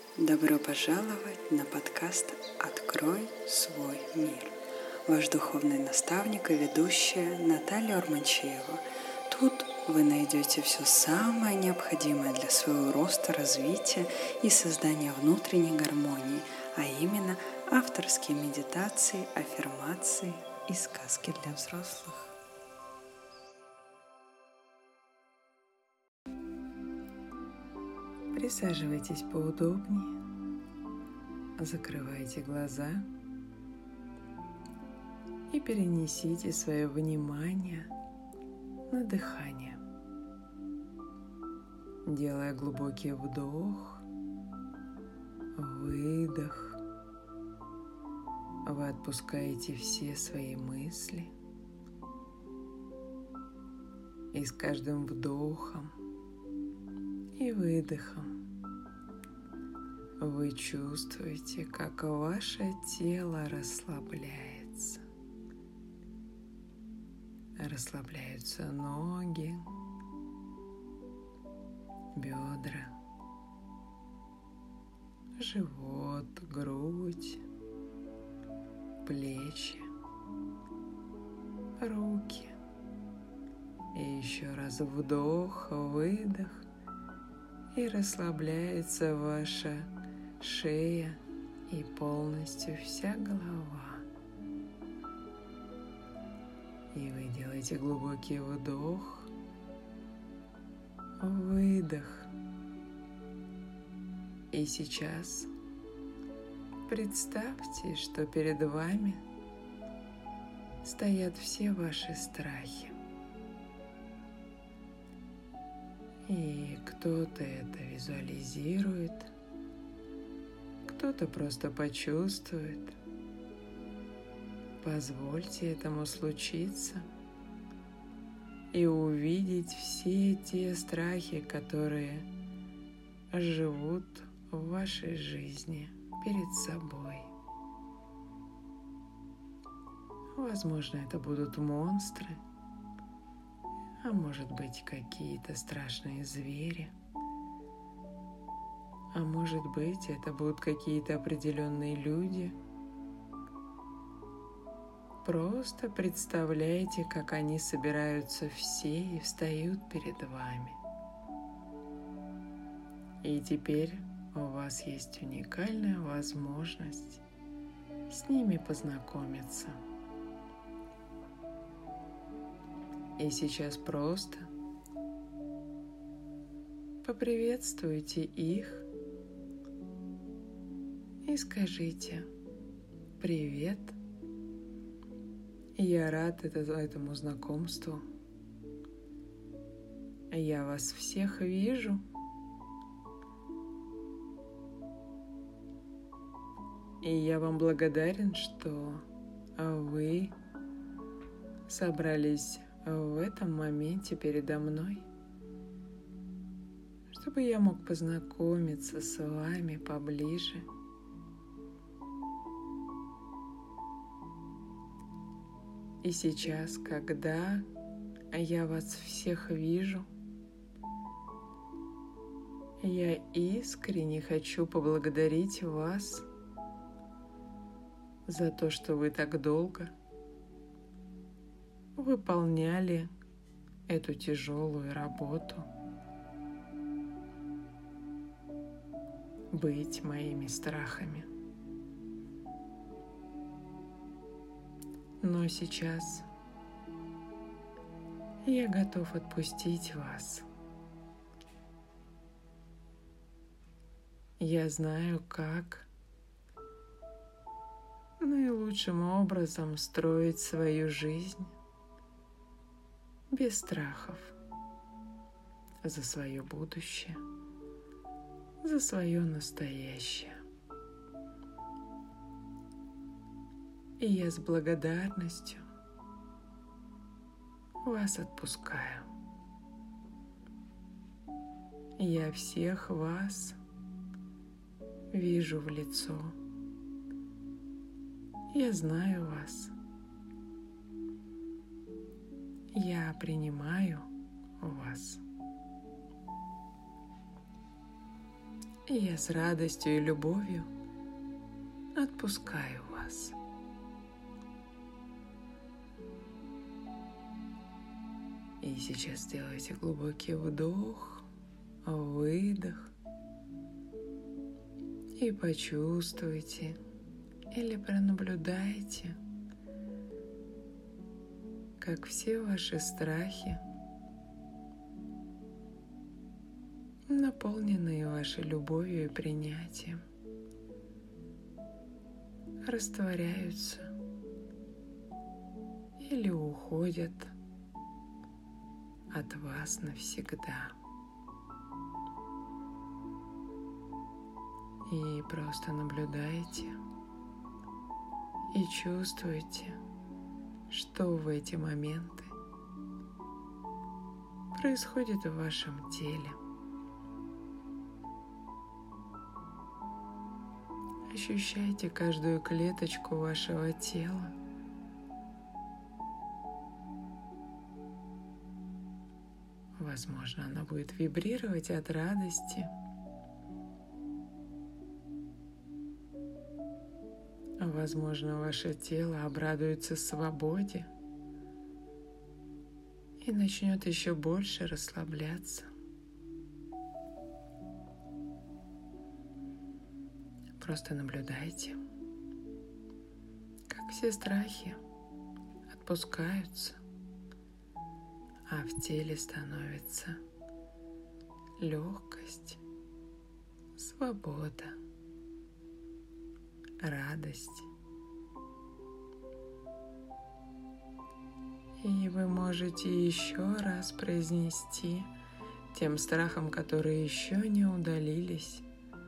Добро пожаловать на подкаст «Открой свой мир». Ваш духовный наставник и ведущая Наталья Урманчиева. Тут вы найдете все самое необходимое для своего роста, развития и создания внутренней гармонии, а именно авторские медитации, аффирмации и сказки для взрослых. Присаживайтесь поудобнее, закрывайте глаза и перенесите свое внимание на дыхание. Делая глубокий вдох, выдох, вы отпускаете все свои мысли, и с каждым вдохом и выдохом вы чувствуете, как ваше тело расслабляется. Расслабляются ноги, бедра, живот, грудь, плечи, руки. И еще раз вдох, выдох. И расслабляется ваша шея и полностью вся голова. И вы делаете глубокий вдох, выдох. И сейчас представьте, что перед вами стоят все ваши страхи. И кто-то это визуализирует, кто-то просто почувствует. Позвольте этому случиться и увидеть все те страхи, которые живут в вашей жизни перед собой. Возможно, это будут монстры, а может быть, какие-то страшные звери. А может быть, это будут какие-то определенные люди. Просто представляйте, как они собираются все и встают перед вами. И теперь у вас есть уникальная возможность с ними познакомиться. И сейчас просто поприветствуйте их и скажите: «Привет, я рад этому знакомству. Я вас всех вижу. И я вам благодарен, что вы собрались в этом моменте передо мной, чтобы я мог познакомиться с вами поближе. И сейчас, когда я вас всех вижу, я искренне хочу поблагодарить вас за то, что вы так долго выполняли эту тяжелую работу быть моими страхами. Но сейчас я готов отпустить вас. Я знаю, как наилучшим образом строить свою жизнь без страхов за свое будущее, за свое настоящее. И я с благодарностью вас отпускаю. Я всех вас вижу в лицо. Я знаю вас. Я принимаю вас. И я с радостью и любовью отпускаю вас. И сейчас сделайте глубокий вдох, выдох. И почувствуйте или пронаблюдайте, как все ваши страхи, наполненные вашей любовью и принятием, растворяются или уходят от вас навсегда. И просто наблюдайте и чувствуйте, что в эти моменты происходит в вашем теле. Ощущайте каждую клеточку вашего тела. Возможно, она будет вибрировать от радости. Возможно, ваше тело обрадуется свободе и начнет еще больше расслабляться. Просто наблюдайте, как все страхи отпускаются, а в теле становится легкость, свобода, радость. И вы можете еще раз произнести тем страхам, которые еще не удалились: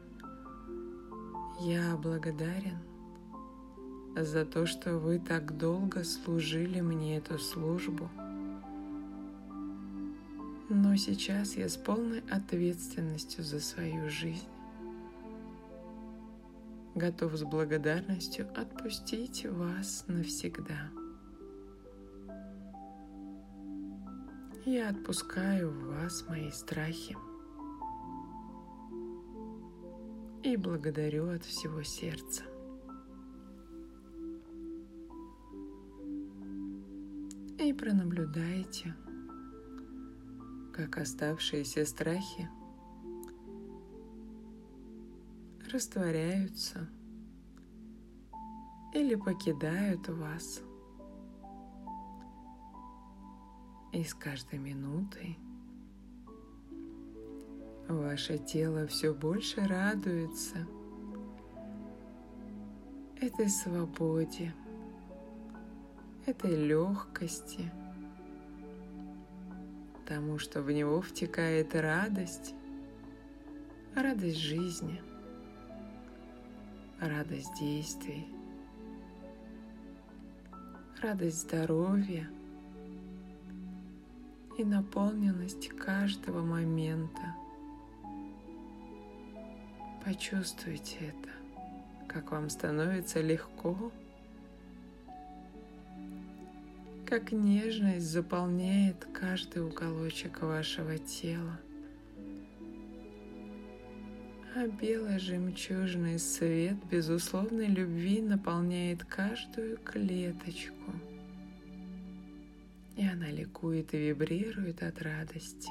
«Я благодарен за то, что вы так долго служили мне эту службу. Но сейчас я с полной ответственностью за свою жизнь готов с благодарностью отпустить вас навсегда. Я отпускаю вас мои страхи и благодарю от всего сердца». И пронаблюдайте, как оставшиеся страхи растворяются или покидают вас. И с каждой минутой ваше тело все больше радуется этой свободе, этой легкости, тому, что в него втекает радость, радость жизни, радость действий, радость здоровья и наполненность каждого момента. Почувствуйте это, как вам становится легко, как нежность заполняет каждый уголочек вашего тела, а бело-жемчужный свет безусловной любви наполняет каждую клеточку, и она ликует и вибрирует от радости.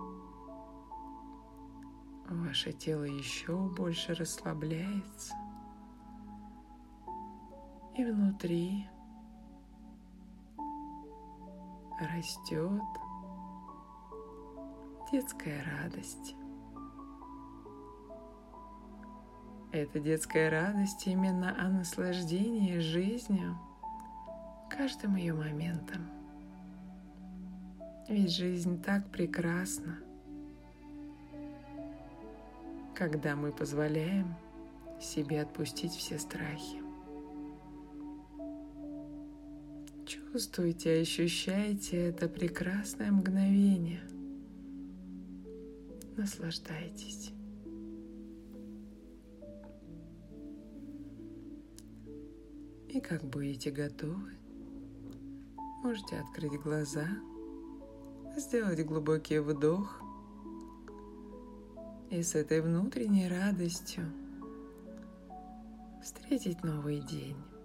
Ваше тело еще больше расслабляется, и внутри растет детская радость. Это детская радость именно о наслаждении жизнью, каждым ее моментом. Ведь жизнь так прекрасна, когда мы позволяем себе отпустить все страхи. Чувствуйте, ощущайте это прекрасное мгновение. Наслаждайтесь. И как будете готовы, можете открыть глаза, сделать глубокий вдох и с этой внутренней радостью встретить новый день.